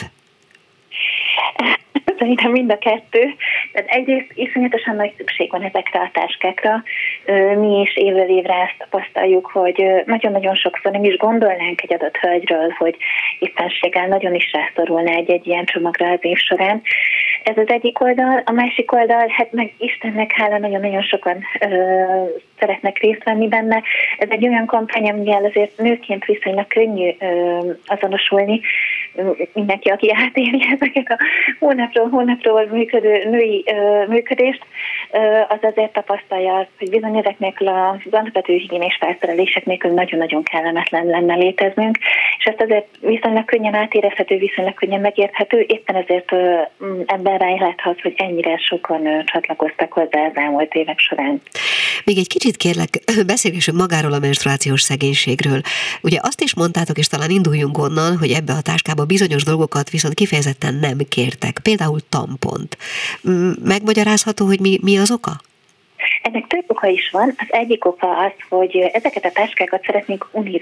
Szerintem mind a kettő. Tehát egyrészt iszonyatosan nagy szükség van ezekre a táskákra. Mi is évről évre ezt tapasztaljuk, hogy nagyon-nagyon sokszor nem is gondolnánk egy adott hölgyről, hogy éppenséggel nagyon is rászorulna egy-egy ilyen csomagra az év során. Ez az egyik oldal, a másik oldal, hát meg Istennek hála, nagyon-nagyon sokan ö, szeretnek részt venni benne. Ez egy olyan kampány, amivel azért nőként viszonylag könnyű ö, azonosulni. Mindenki, aki átéli ezeket a hónapról hónapról működő női ö, működést, ö, az azért tapasztalja azt, hogy bizony ezek nélkül az alapvető higiénés felszerelések nélkül nagyon-nagyon kellemetlen lenne léteznünk, és ezt azért viszonylag könnyen átérezhető, viszonylag könnyen megérthető, éppen ezért ö, ebben rájáthat, hogy ennyire sokan ö, csatlakoztak hozzá az elmúlt évek során. Még egy kicsit kérlek, beszélgessünk magáról a menstruációs szegénységről. Ugye azt is mondtátok, és talán induljunk onnan, hogy ebbe a táskába bizonyos dolgokat viszont kifejezetten nem kértek. Például tampont. Megmagyarázható, hogy mi, mi az oka? Ennek több oka is van. Az egyik oka az, hogy ezeket a táskákat szeretnénk uni,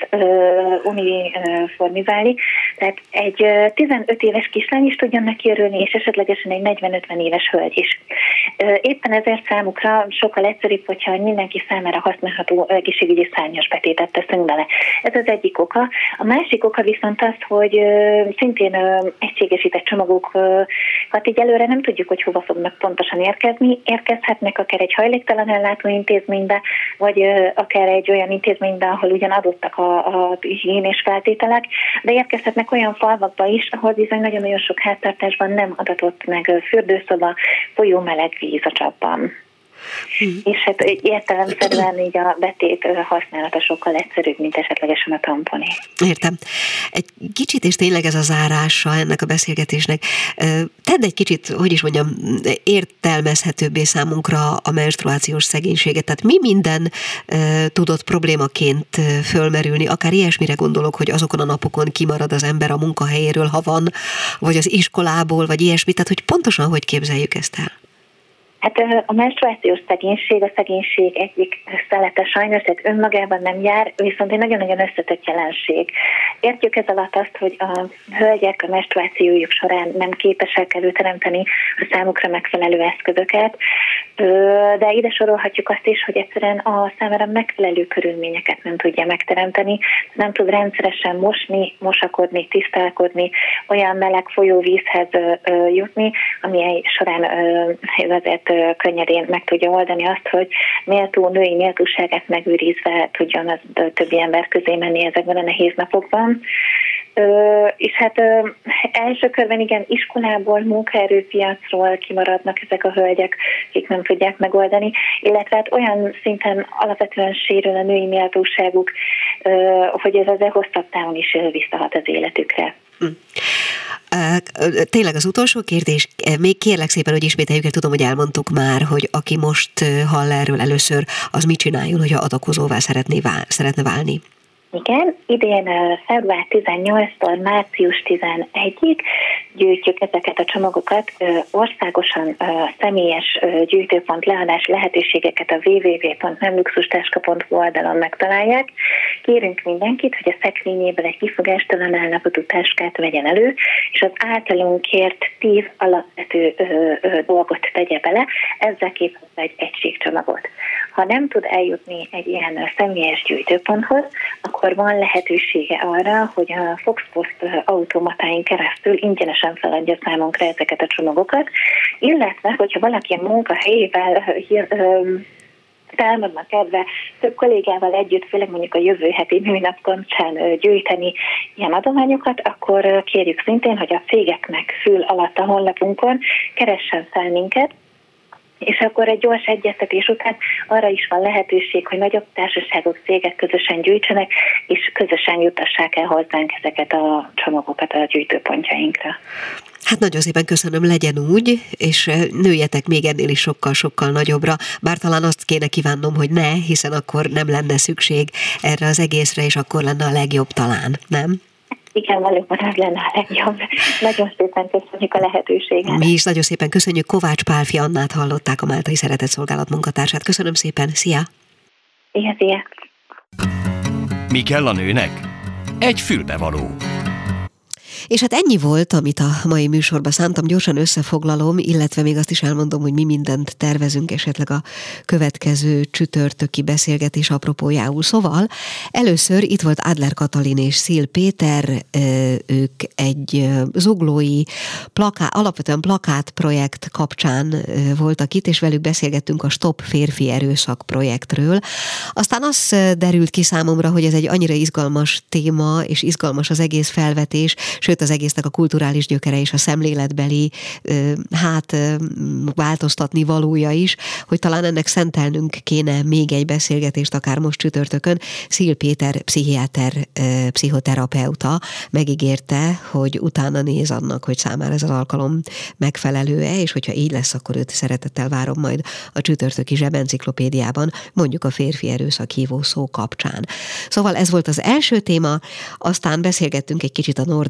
uniformizálni, tehát egy tizenöt éves kislány is tudjon neki örülni, és esetlegesen egy negyven-ötven éves hölgy is. Éppen ezért számukra sokkal egyszerűbb, hogyha mindenki számára használható egészségügyi szárnyas betétet teszünk bele. Ez az egyik oka. A másik oka viszont az, hogy szintén egységesített csomagokat így előre nem tudjuk, hogy hova fognak pontosan érkezni. Érkezhetnek akár egy hajléktalan ellátó intézménybe, vagy akár egy olyan intézménybe, ahol ugyan adottak a, a higiénés feltételek, de érkezhetnek olyan falvakba is, ahol bizony nagyon-nagyon sok háztartásban nem adatott meg fürdőszoba, folyó meleg víz a csapban. Hmm. És hát értelemszerűen így a betét használata sokkal egyszerűbb, mint esetlegesen a tamponé. Értem. Egy kicsit, és tényleg ez a zárása ennek a beszélgetésnek. Tedd egy kicsit, hogy is mondjam, értelmezhetőbbé számunkra a menstruációs szegénységet. Tehát mi minden tudott problémaként fölmerülni? Akár ilyesmire gondolok, hogy azokon a napokon kimarad az ember a munkahelyéről, ha van, vagy az iskolából, vagy ilyesmi. Tehát, hogy pontosan hogy képzeljük ezt el? Hát a menstruációs szegénység, a szegénység egyik szelete sajnos, tehát önmagában nem jár, viszont egy nagyon-nagyon összetett jelenség. Értjük ez alatt azt, hogy a hölgyek a menstruációjuk során nem képesek előteremteni a számukra megfelelő eszközöket, de ide sorolhatjuk azt is, hogy egyszerűen a számára megfelelő körülményeket nem tudja megteremteni, nem tud rendszeresen mosni, mosakodni, tisztálkodni, olyan meleg folyóvízhez jutni, ami során azért könnyedén meg tudja oldani azt, hogy méltó női méltóságát megőrizve tudjon az többi ember közé menni ezekben a nehéz napokban. Ö, és hát ö, első körben igen, iskolából, munkaerőpiacról kimaradnak ezek a hölgyek, akik nem tudják megoldani, illetve hát olyan szinten alapvetően sérül a női méltóságuk, ö, hogy ez azért hosszabb távon is visszahat az életükre. Hm. Tényleg az utolsó kérdés, még kérlek szépen, hogy ismételjük el, tudom, hogy elmondtuk már, hogy aki most hall erről először, az mit csináljon, hogyha adakozóvá szeretné vál, szeretne válni? Igen, idén február tizennyolcadikától március tizenegyedikéig gyűjtjük ezeket a csomagokat, országosan személyes gyűjtőpont leadás lehetőségeket a double-u double-u double-u pont nem luxustáska pont hu oldalon megtalálják. Kérünk mindenkit, hogy a szekrényéből egy kifogástalan állapotú táskát vegyen elő, és az általunk kért tíz alapvető dolgot tegye bele, ezzel képezve egy egységcsomagot. Ha nem tud eljutni egy ilyen személyes gyűjtőponthoz, akkor van lehetősége arra, hogy a Foxpost automatáin keresztül ingyenesen feladja számunkra ezeket a csomagokat, illetve, hogyha valaki a munkahelyével támadnak kedve több kollégával együtt, főleg mondjuk a jövő heti nőnap kapcsán gyűjteni ilyen adományokat, akkor kérjük szintén, hogy a cégeknek fül alatt a honlapunkon keressen fel minket, és akkor egy gyors egyeztetés után arra is van lehetőség, hogy nagyobb társaságok, cégek közösen gyűjtsenek, és közösen juttassák el hozzánk ezeket a csomagokat a gyűjtőpontjainkra. Hát nagyon szépen köszönöm, legyen úgy, és nőjetek még ennél is sokkal-sokkal nagyobbra, bár talán azt kéne kívánnom, hogy ne, hiszen akkor nem lenne szükség erre az egészre, és akkor lenne a legjobb talán, nem? Igen, valóban az lenne a legjobb. Nagyon szépen köszönjük a lehetőséget. Mi is nagyon szépen köszönjük. Kovács Pálfi Annát hallották, a Máltai Szeretetszolgálat munkatársát. Köszönöm szépen, szia! Szia, szia! Mi kell a nőnek? Egy fülbevaló. És hát ennyi volt, amit a mai műsorba szántam, gyorsan összefoglalom, illetve még azt is elmondom, hogy mi mindent tervezünk esetleg a következő csütörtöki beszélgetés apropójául. Szóval először itt volt Adler Katalin és Szil Péter, ők egy zuglói plaká, alapvetően plakátprojekt kapcsán voltak itt, és velük beszélgettünk a Stop Férfi Erőszak projektről. Aztán az derült ki számomra, hogy ez egy annyira izgalmas téma, és izgalmas az egész felvetés, sőt az egésznek a kulturális gyökere és a szemléletbeli hát változtatni valója is, hogy talán ennek szentelnünk kéne még egy beszélgetést, akár most csütörtökön. Szil Péter, pszichiáter, pszichoterapeuta megígérte, hogy utána néz annak, hogy számára ez az alkalom megfelelő-e, és hogyha így lesz, akkor őt szeretettel várom majd a csütörtöki zsebenciklopédiában, mondjuk a férfi erőszak hívó szó kapcsán. Szóval ez volt az első téma, aztán beszélgettünk egy kicsit a Nordic Walking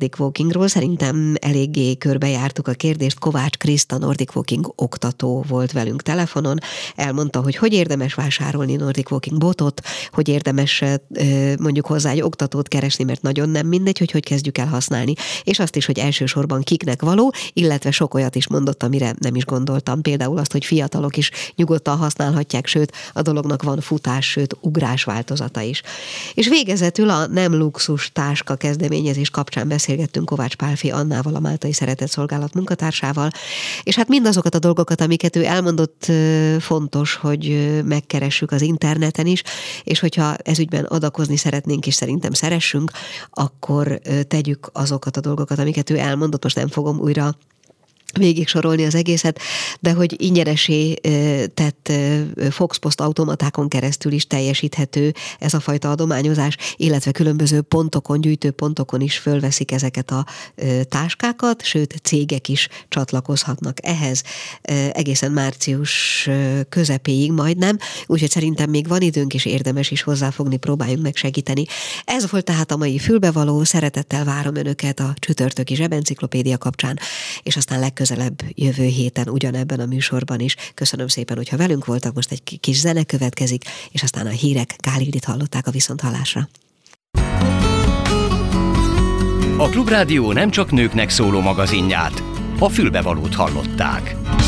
Walkingról. Szerintem eléggé körbejártuk a kérdést. Kovács Kriszta, Nordic Walking oktató volt velünk telefonon. Elmondta, hogy hogy érdemes vásárolni Nordic Walking botot, hogy érdemes mondjuk hozzá egy oktatót keresni, mert nagyon nem mindegy, hogy hogy kezdjük el használni. És azt is, hogy elsősorban kiknek való, illetve sok olyat is mondott, amire nem is gondoltam. Például azt, hogy fiatalok is nyugodtan használhatják, sőt, a dolognak van futás, sőt, ugrás változata is. És végezetül a nem luxus táska kezdeményezés kapcsán beszélgettünk Kovács Pálfi Annával, a Máltai Szeretett Szolgálat munkatársával, és hát mindazokat a dolgokat, amiket ő elmondott, fontos, hogy megkeressük az interneten is, és hogyha ezügyben adakozni szeretnénk, és szerintem szeressünk, akkor tegyük azokat a dolgokat, amiket ő elmondott, most nem fogom újra végig sorolni az egészet, de hogy ingyenesé tett Foxpost automatákon keresztül is teljesíthető ez a fajta adományozás, illetve különböző pontokon, gyűjtőpontokon is fölveszik ezeket a táskákat, sőt cégek is csatlakozhatnak ehhez egészen március közepéig majdnem, úgyhogy szerintem még van időnk, és érdemes is hozzáfogni, próbáljunk meg segíteni. Ez volt tehát a mai fülbevaló, szeretettel várom Önöket a csütörtöki zsebenciklopédia kapcsán, és aztán legközelebb közelebb jövő héten ugyanebben a műsorban is. Köszönöm szépen, hogyha velünk voltak, most egy kis zene következik, és aztán a hírek. Gál Ildit hallották a viszonthallásra. A Klubrádió nem csak nőknek szóló magazinját, a fülbevalót hallották.